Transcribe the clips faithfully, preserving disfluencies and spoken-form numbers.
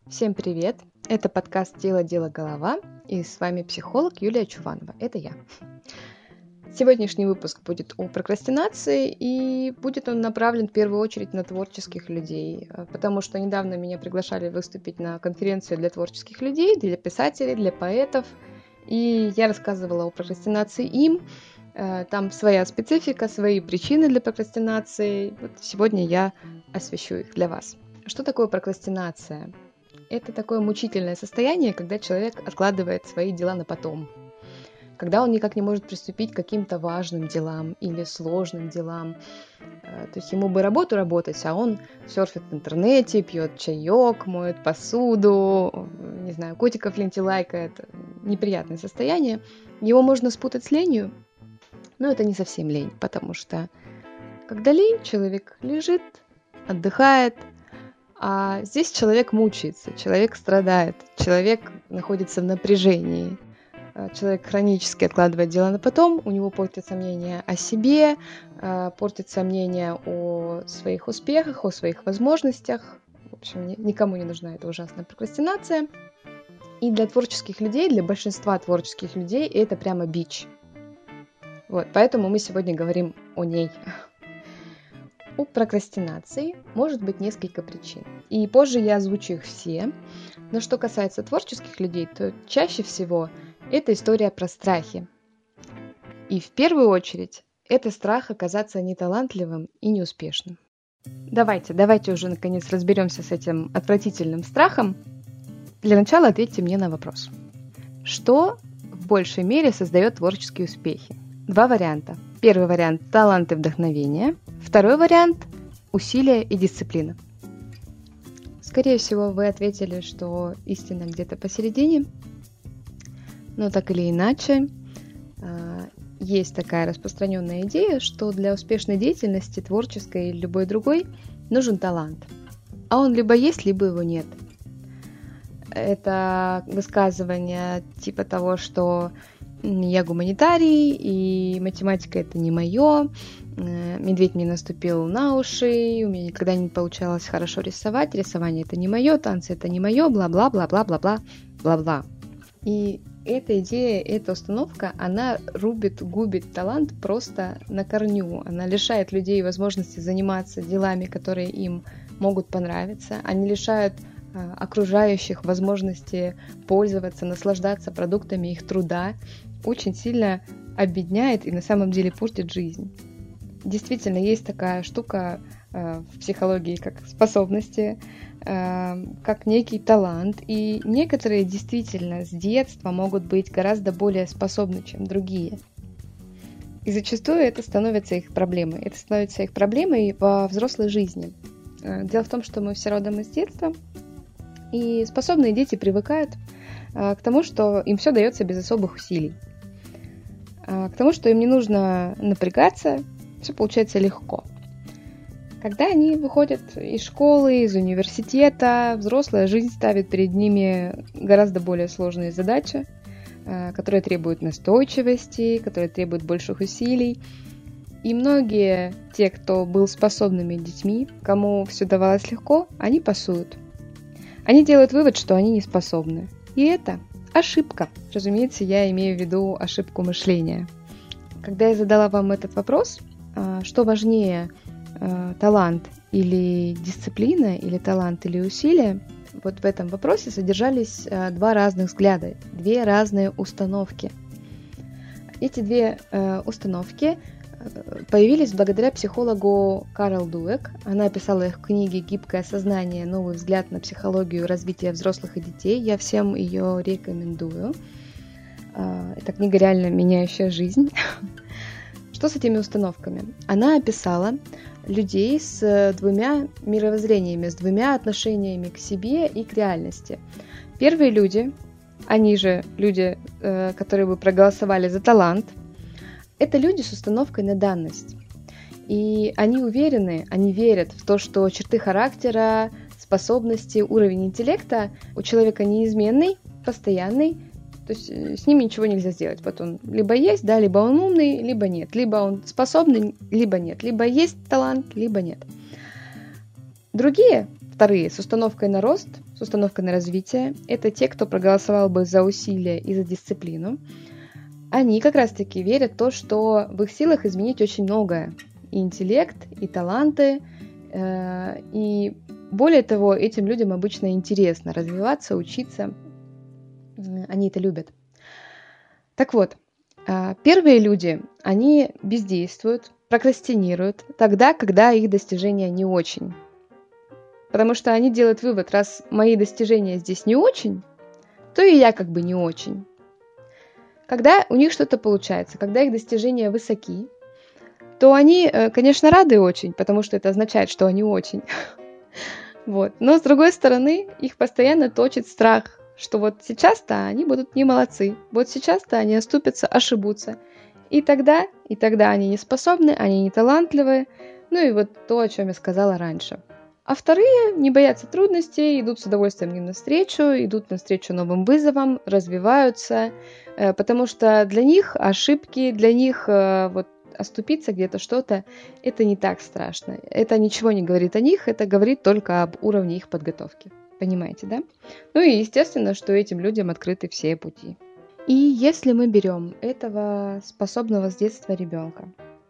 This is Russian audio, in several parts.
Всем привет! Это подкаст «Дело, дело, голова» и с вами психолог Юлия Чуванова. Это я. Сегодняшний выпуск будет о прокрастинации, и будет он направлен в первую очередь на творческих людей, потому что недавно меня приглашали выступить на конференцию для творческих людей, для писателей, для поэтов, и я рассказывала о прокрастинации им. Там своя специфика, свои причины для прокрастинации. Вот сегодня я освещу их для вас. Что такое прокрастинация? Это такое мучительное состояние, когда человек откладывает свои дела на потом. Когда он никак не может приступить к каким-то важным делам или сложным делам. То есть ему бы работу работать, а он серфит в интернете, пьет чаек, моет посуду, не знаю, котиков лентилайкает. Неприятное состояние. Его можно спутать с ленью, но это не совсем лень, потому что когда лень, человек лежит, отдыхает, а здесь человек мучается, человек страдает, человек находится в напряжении, человек хронически откладывает дела на потом, у него портится мнение о себе, портится мнение о своих успехах, о своих возможностях. В общем, никому не нужна эта ужасная прокрастинация. И для творческих людей, для большинства творческих людей это прямо бич. Вот, поэтому мы сегодня говорим о ней. У прокрастинации может быть несколько причин. И позже я озвучу их все. Но что касается творческих людей, то чаще всего это история про страхи. И в первую очередь это страх оказаться неталантливым и неуспешным. Давайте, давайте уже наконец разберемся с этим отвратительным страхом. Для начала ответьте мне на вопрос. Что в большей мере создает творческие успехи? Два варианта. Первый вариант – талант и вдохновение. Второй вариант – усилия и дисциплина. Скорее всего, вы ответили, что истина где-то посередине. Но так или иначе, есть такая распространенная идея, что для успешной деятельности, творческой или любой другой, нужен талант. А он либо есть, либо его нет. Это высказывание типа того, что я гуманитарий, и математика это не мое, медведь мне наступил на уши, у меня никогда не получалось хорошо рисовать, рисование это не мое, танцы это не мое, бла-бла-бла-бла-бла-бла-бла. И эта идея, эта установка, она рубит, губит талант просто на корню. Она лишает людей возможности заниматься делами, которые им могут понравиться. Они лишают а, окружающих возможности пользоваться, наслаждаться продуктами их труда. Очень сильно обедняет и на самом деле портит жизнь. Действительно, есть такая штука э, в психологии, как способности, э, как некий талант. И некоторые действительно с детства могут быть гораздо более способны, чем другие. И зачастую это становится их проблемой. Это становится их проблемой во взрослой жизни. Э, дело в том, что мы все родом из детства, и способные дети привыкают э, к тому, что им все дается без особых усилий. К тому, что им не нужно напрягаться, все получается легко. Когда они выходят из школы, из университета, взрослая жизнь ставит перед ними гораздо более сложные задачи, которые требуют настойчивости, которые требуют больших усилий. И многие, те, кто был способными детьми, кому все давалось легко, они пасуют. Они делают вывод, что они не способны. И это ошибка. Разумеется, я имею в виду ошибку мышления. Когда я задала вам этот вопрос, что важнее, талант или дисциплина, или талант или усилия, вот в этом вопросе содержались два разных взгляда, две разные установки. Эти две установки появились благодаря психологу Карл Дуэк. Она описала их в книге «Гибкое сознание. Новый взгляд на психологию и развитие взрослых и детей». Я всем ее рекомендую. Эта книга реально меняющая жизнь. Что с этими установками? Она описала людей с двумя мировоззрениями, с двумя отношениями к себе и к реальности. Первые люди, они же люди, которые бы проголосовали за талант, это люди с установкой на данность. И они уверены, они верят в то, что черты характера, способности, уровень интеллекта у человека неизменный, постоянный, то есть с ними ничего нельзя сделать. Вот он либо есть, да, либо он умный, либо нет. Либо он способный, либо нет. Либо есть талант, либо нет. Другие, вторые, с установкой на рост, с установкой на развитие. Это те, кто проголосовал бы за усилия и за дисциплину. Они как раз-таки верят в то, что в их силах изменить очень многое. И интеллект, и таланты. Э, и более того, этим людям обычно интересно развиваться, учиться. Они это любят. Так вот, э, первые люди, они бездействуют, прокрастинируют тогда, когда их достижения не очень. Потому что они делают вывод, раз мои достижения здесь не очень, то и я как бы не очень. Когда у них что-то получается, когда их достижения высоки, то они, конечно, рады очень, потому что это означает, что они очень. Вот. Но, с другой стороны, их постоянно точит страх, что вот сейчас-то они будут не молодцы, вот сейчас-то они оступятся, ошибутся. И тогда, и тогда они не способны, они не талантливые. Ну и вот то, о чем я сказала раньше. А вторые не боятся трудностей, идут с удовольствием им навстречу, идут навстречу новым вызовам, развиваются, потому что для них ошибки, для них вот оступиться где-то что-то, это не так страшно. Это ничего не говорит о них, это говорит только об уровне их подготовки. Понимаете, да? Ну и естественно, что этим людям открыты все пути. И если мы берем этого способного с детства ребенка,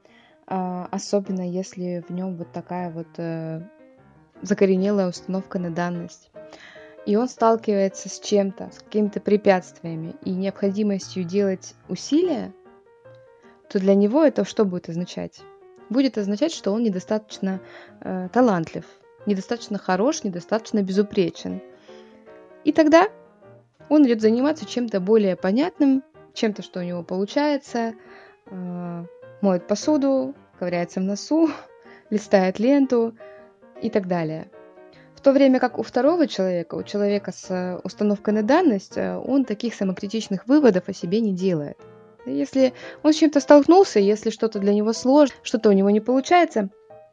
особенно если в нем вот такая вот закоренелая установка на данность, и он сталкивается с чем-то, с какими-то препятствиями и необходимостью делать усилия, то для него это что будет означать? Будет означать, что он недостаточно э, талантлив, недостаточно хорош, недостаточно безупречен. И тогда он идет заниматься чем-то более понятным, чем-то, что у него получается, э, моет посуду, ковыряется в носу, листает ленту и так далее. В то время как у второго человека, у человека с установкой на данность, он таких самокритичных выводов о себе не делает. Если он с чем-то столкнулся, если что-то для него сложно, что-то у него не получается,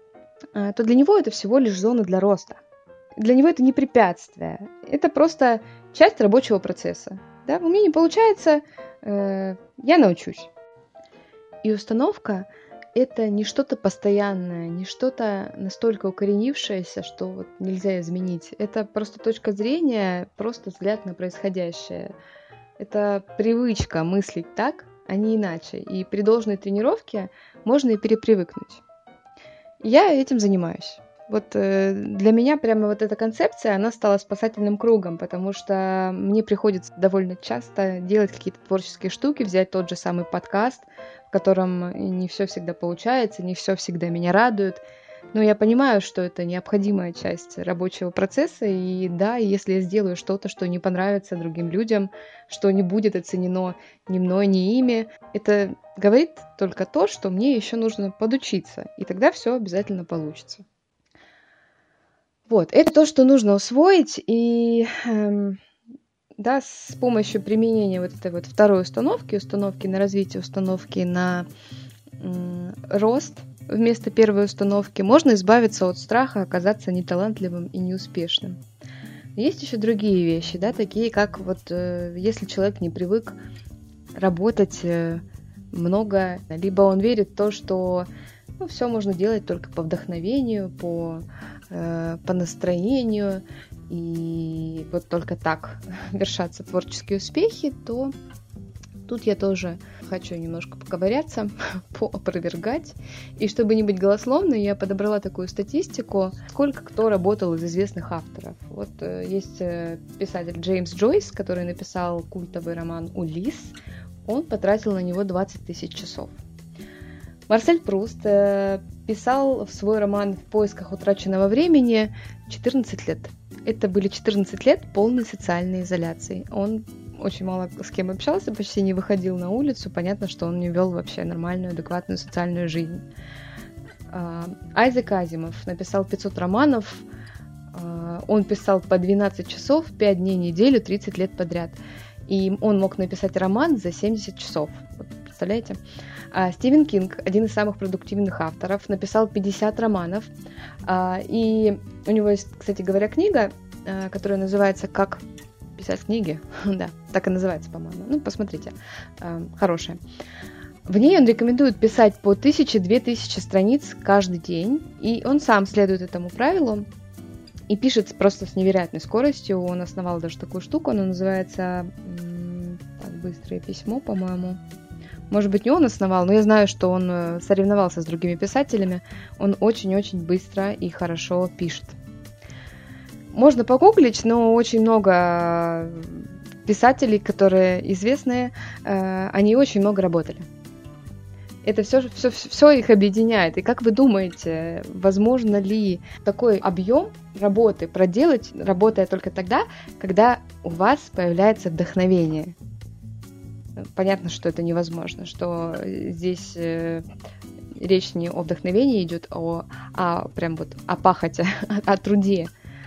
то для него это всего лишь зона для роста. Для него это не препятствие, это просто часть рабочего процесса. Да? У меня не получается, э, я научусь. И установка – это не что-то постоянное, не что-то настолько укоренившееся, что вот нельзя изменить. Это просто точка зрения, просто взгляд на происходящее. Это привычка мыслить так, а не иначе. И при должной тренировке можно и перепривыкнуть. Я этим занимаюсь. Вот э, для меня прямо вот эта концепция, она стала спасательным кругом, потому что мне приходится довольно часто делать какие-то творческие штуки, взять тот же самый подкаст, в котором не все всегда получается, не все всегда меня радует. Но я понимаю, что это необходимая часть рабочего процесса, и да, если я сделаю что-то, что не понравится другим людям, что не будет оценено ни мной, ни ими, это говорит только то, что мне еще нужно подучиться, и тогда все обязательно получится. Вот, это то, что нужно усвоить, и эм, да, с помощью применения вот этой вот второй установки, установки на развитие, установки на м, рост, вместо первой установки, можно избавиться от страха оказаться неталантливым и неуспешным. Есть еще другие вещи, да, такие как вот э, если человек не привык работать э, много, либо он верит в то, что ну, все можно делать только по вдохновению, по, э, по настроению, и вот только так вершатся творческие успехи, то тут я тоже хочу немножко поковыряться, поопровергать. И чтобы не быть голословной, я подобрала такую статистику, сколько кто работал из известных авторов. Вот э, есть э, писатель Джеймс Джойс, который написал культовый роман «Улисс». Он потратил на него двадцать тысяч часов. Марсель Пруст э, писал в свой роман «В поисках утраченного времени» четырнадцать лет. Это были четырнадцать лет полной социальной изоляции. Он очень мало с кем общался, почти не выходил на улицу. Понятно, что он не вел вообще нормальную, адекватную социальную жизнь. Айзек Азимов написал пятьсот романов. Он писал по двенадцать часов, пять дней в неделю, тридцать лет подряд. И он мог написать роман за семьдесят часов. Вот, представляете? Стивен Кинг, один из самых продуктивных авторов, написал пятьдесят романов. И у него есть, кстати говоря, книга, которая называется «Как писать книги». Да, так и называется, по-моему. Ну, посмотрите. Хорошая. В ней он рекомендует писать по тысяче-две тысячи страниц каждый день. И он сам следует этому правилу. и пишет просто с невероятной скоростью. Он основал даже такую штуку, она называется так, «Быстрое письмо», по-моему. Может быть, не он основал, но я знаю, что он соревновался с другими писателями. Он очень-очень быстро и хорошо пишет. Можно погуглить, но очень много писателей, которые известные, они очень много работали. Это все, все, все их объединяет. И как вы думаете, возможно ли такой объем работы проделать, работая только тогда, когда у вас появляется вдохновение? Понятно, что это невозможно, что здесь э, речь не о вдохновении идет, а, а прям вот о пахоте, о, о труде.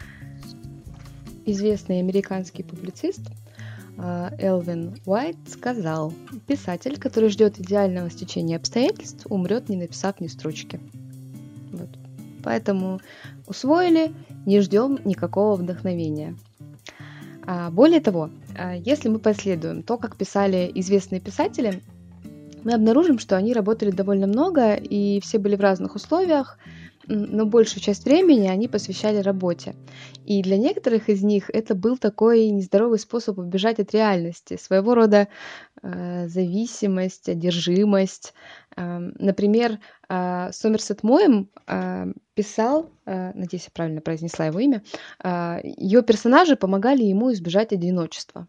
Известный американский публицист э, Элвин Уайт сказал: писатель, который ждет идеального стечения обстоятельств, умрет, не написав ни строчки. Вот. Поэтому усвоили, не ждем никакого вдохновения. А более того, если мы последуем то, как писали известные писатели, мы обнаружим, что они работали довольно много, и все были в разных условиях, но большую часть времени они посвящали работе. И для некоторых из них это был такой нездоровый способ убежать от реальности, своего рода э, зависимость, одержимость. Э, например, э, Сомерсет Моэм э, писал, э, надеюсь, я правильно произнесла его имя, э, ее персонажи помогали ему избежать одиночества.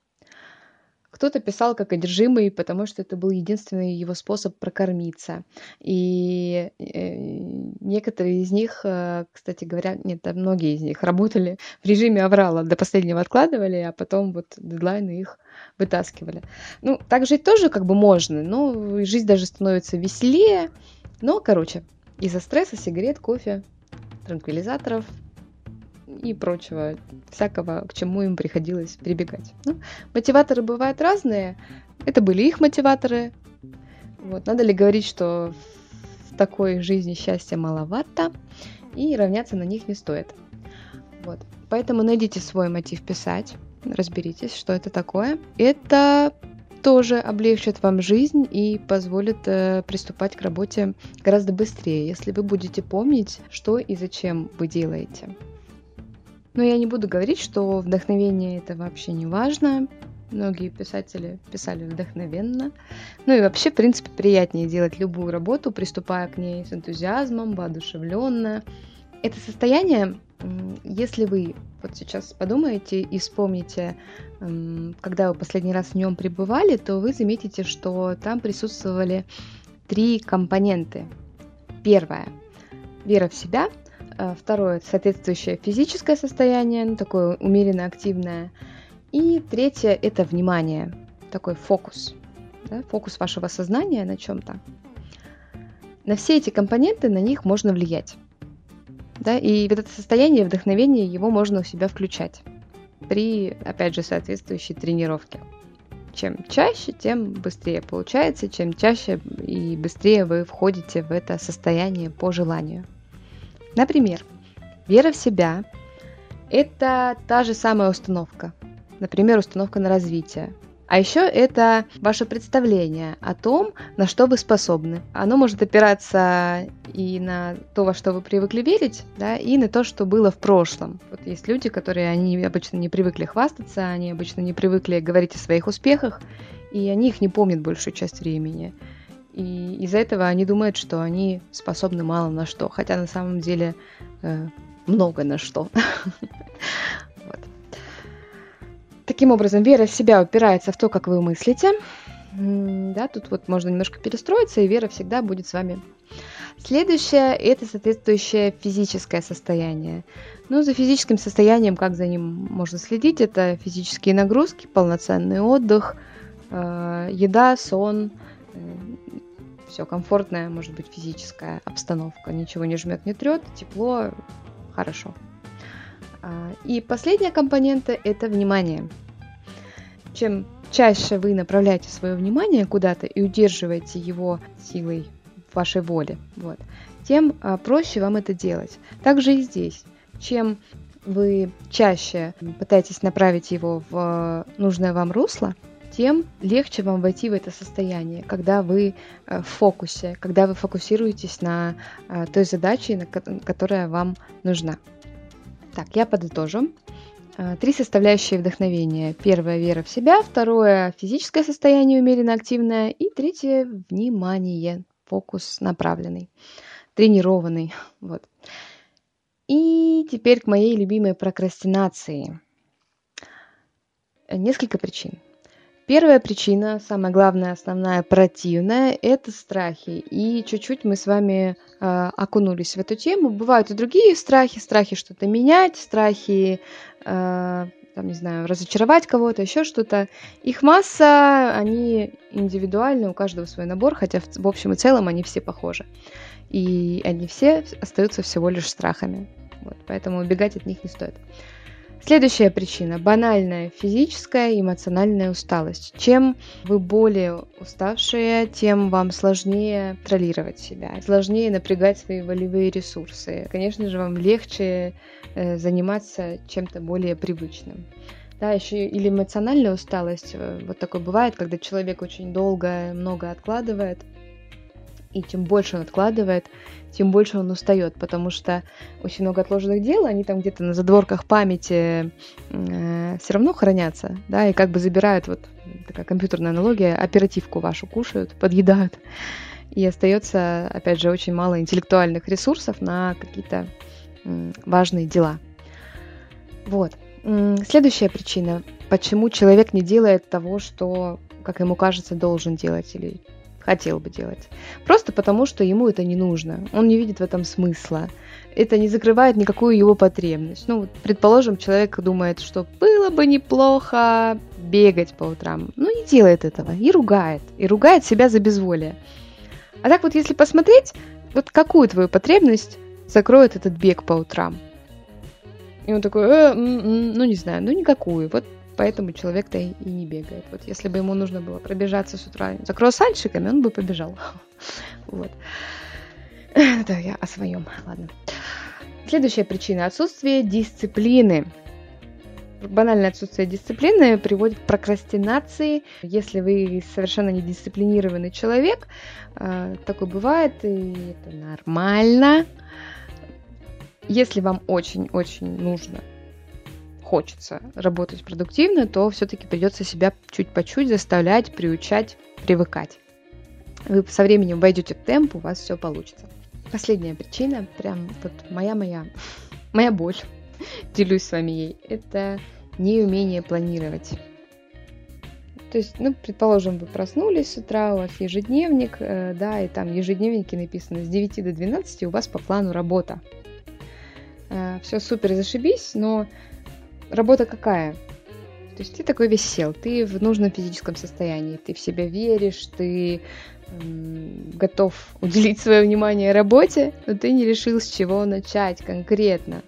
Кто-то писал как одержимый, потому что это был единственный его способ прокормиться. И некоторые из них, кстати говоря, нет, многие из них работали в режиме аврала, до последнего откладывали, а потом вот дедлайны их вытаскивали. Ну, так жить тоже как бы можно, но жизнь даже становится веселее. Но, короче, из-за стресса, сигарет, кофе, транквилизаторов и прочего всякого, к чему им приходилось прибегать. Ну, мотиваторы бывают разные. Это были их мотиваторы. Вот. Надо ли говорить, что в такой жизни счастья маловато, и равняться на них не стоит. Вот. Поэтому найдите свой мотив писать, разберитесь, что это такое. Это тоже облегчит вам жизнь и позволит э, приступать к работе гораздо быстрее, если вы будете помнить, что и зачем вы делаете. Но я не буду говорить, что вдохновение это вообще не важно. Многие писатели писали вдохновенно. Ну и вообще, в принципе, приятнее делать любую работу, приступая к ней с энтузиазмом, воодушевленно. Это состояние, если вы вот сейчас подумаете и вспомните, когда вы последний раз в нем пребывали, то вы заметите, что там присутствовали три компоненты. Первое – вера в себя. Второе – соответствующее физическое состояние, ну, такое умеренно активное. И третье – это внимание, такой фокус, да, фокус вашего сознания на чем-то. На все эти компоненты, на них можно влиять. Да, и вот это состояние вдохновения, его можно у себя включать при, опять же, соответствующей тренировке. Чем чаще, тем быстрее получается, чем чаще и быстрее вы входите в это состояние по желанию. Например, вера в себя – это та же самая установка. Например, установка на развитие. А еще это ваше представление о том, на что вы способны. Оно может опираться и на то, во что вы привыкли верить, да, и на то, что было в прошлом. Вот есть люди, которые они обычно не привыкли хвастаться, они обычно не привыкли говорить о своих успехах, и они их не помнят большую часть времени. И из-за этого они думают, что они способны мало на что, хотя на самом деле э, много на что. Вот. Таким образом, вера в себя упирается в то, как вы мыслите. Да, тут вот можно немножко перестроиться, и вера всегда будет с вами. Следующее – это соответствующее физическое состояние. Ну, за физическим состоянием, как за ним можно следить, это физические нагрузки, полноценный отдых, э, еда, сон, э, все комфортная, может быть, физическая обстановка, ничего не жмет, не трет, тепло, хорошо. И последняя компонента – это внимание. Чем чаще вы направляете свое внимание куда-то и удерживаете его силой вашей воли, вот, тем проще вам это делать. Также и здесь. Чем вы чаще пытаетесь направить его в нужное вам русло, тем легче вам войти в это состояние, когда вы в фокусе, когда вы фокусируетесь на той задаче, которая вам нужна. Так, я подытожу. Три составляющие вдохновения. Первое — вера в себя, второе — физическое состояние умеренно активное, и третье — внимание, фокус направленный, тренированный. Вот. И теперь к моей любимой прокрастинации. Несколько причин. Первая причина, самая главная, основная, противная, это страхи. И чуть-чуть мы с вами э, окунулись в эту тему. Бывают и другие страхи, страхи что-то менять, страхи, э, там, не знаю, разочаровать кого-то, еще что-то. Их масса, они индивидуальны, у каждого свой набор, хотя в, в общем и целом они все похожи. И они все остаются всего лишь страхами. Вот, поэтому убегать от них не стоит. Следующая причина – банальная физическая и эмоциональная усталость. Чем вы более уставшие, тем вам сложнее контролировать себя, сложнее напрягать свои волевые ресурсы. Конечно же, вам легче э, заниматься чем-то более привычным. Да, еще или эмоциональная усталость. Вот такое бывает, когда человек очень долго много откладывает, и чем больше он откладывает, тем больше он устает, потому что очень много отложенных дел, они там где-то на задворках памяти э, все равно хранятся, да, и как бы забирают, вот такая компьютерная аналогия, оперативку вашу кушают, подъедают, и остается, опять же, очень мало интеллектуальных ресурсов на какие-то э, важные дела. Вот. Следующая причина, почему человек не делает того, что, как ему кажется, должен делать или хотел бы делать. Просто потому, что ему это не нужно. Он не видит в этом смысла. Это не закрывает никакую его потребность. Ну, предположим, человек думает, что было бы неплохо бегать по утрам. Ну, не делает этого. И ругает. И ругает себя за безволие. А так вот, если посмотреть, вот какую твою потребность закроет этот бег по утрам? И он такой, э, ну, не знаю, ну, никакую. Вот поэтому человек-то и не бегает. Вот если бы ему нужно было пробежаться с утра за круассанчиками, он бы побежал. Вот. Это я о своем. Ладно. Следующая причина – отсутствие дисциплины. Банальное отсутствие дисциплины приводит к прокрастинации. Если вы совершенно недисциплинированный человек, такое бывает, и это нормально. Если вам очень-очень нужно, хочется работать продуктивно, то все-таки придется себя чуть по чуть заставлять, приучать, привыкать. Вы со временем войдете в темп, у вас все получится. Последняя причина, прям вот моя-моя, моя боль, делюсь с вами ей, это неумение планировать. То есть, ну, предположим, вы проснулись с утра, у вас ежедневник, э, да, и там в ежедневнике написано с девяти до двенадцати у вас по плану работа. Э, все супер, зашибись, но работа какая? То есть ты такой весь сел, ты в нужном физическом состоянии, ты в себя веришь, ты м, готов уделить свое внимание работе, но ты не решил, с чего начать конкретно.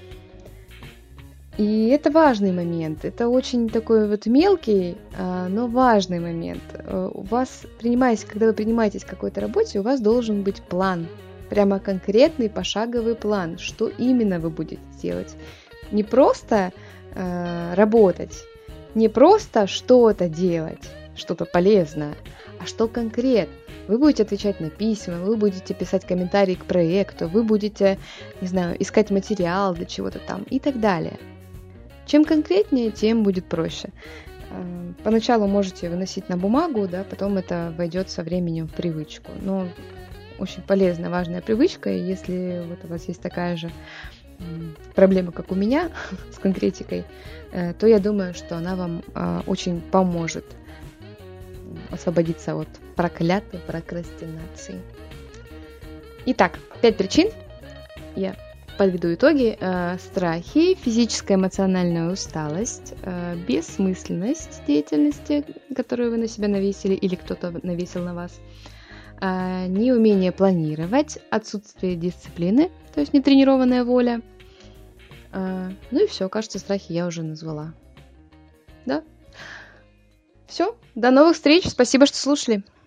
И это важный момент, это очень такой вот мелкий, но важный момент. У вас, принимаясь, когда вы принимаетесь к какой-то работе, у вас должен быть план, прямо конкретный пошаговый план, что именно вы будете делать. Не просто э, работать, не просто что-то делать, что-то полезное, а что конкретно. Вы будете отвечать на письма, вы будете писать комментарии к проекту, вы будете, не знаю, искать материал для чего-то там и так далее. Чем конкретнее, тем будет проще. Э, поначалу можете выносить на бумагу, да, потом это войдет со временем в привычку. Но очень полезная, важная привычка, и если вот у вас есть такая же проблема, как у меня, с конкретикой, то я думаю, что она вам очень поможет освободиться от проклятой прокрастинации. Итак, пять причин. Я подведу итоги. Страхи, физическая эмоциональная усталость, бессмысленность деятельности, которую вы на себя навесили или кто-то навесил на вас, неумение планировать, отсутствие дисциплины, то есть нетренированная воля. Ну и все, кажется, страхи я уже назвала. Да? Все, до новых встреч, спасибо, что слушали.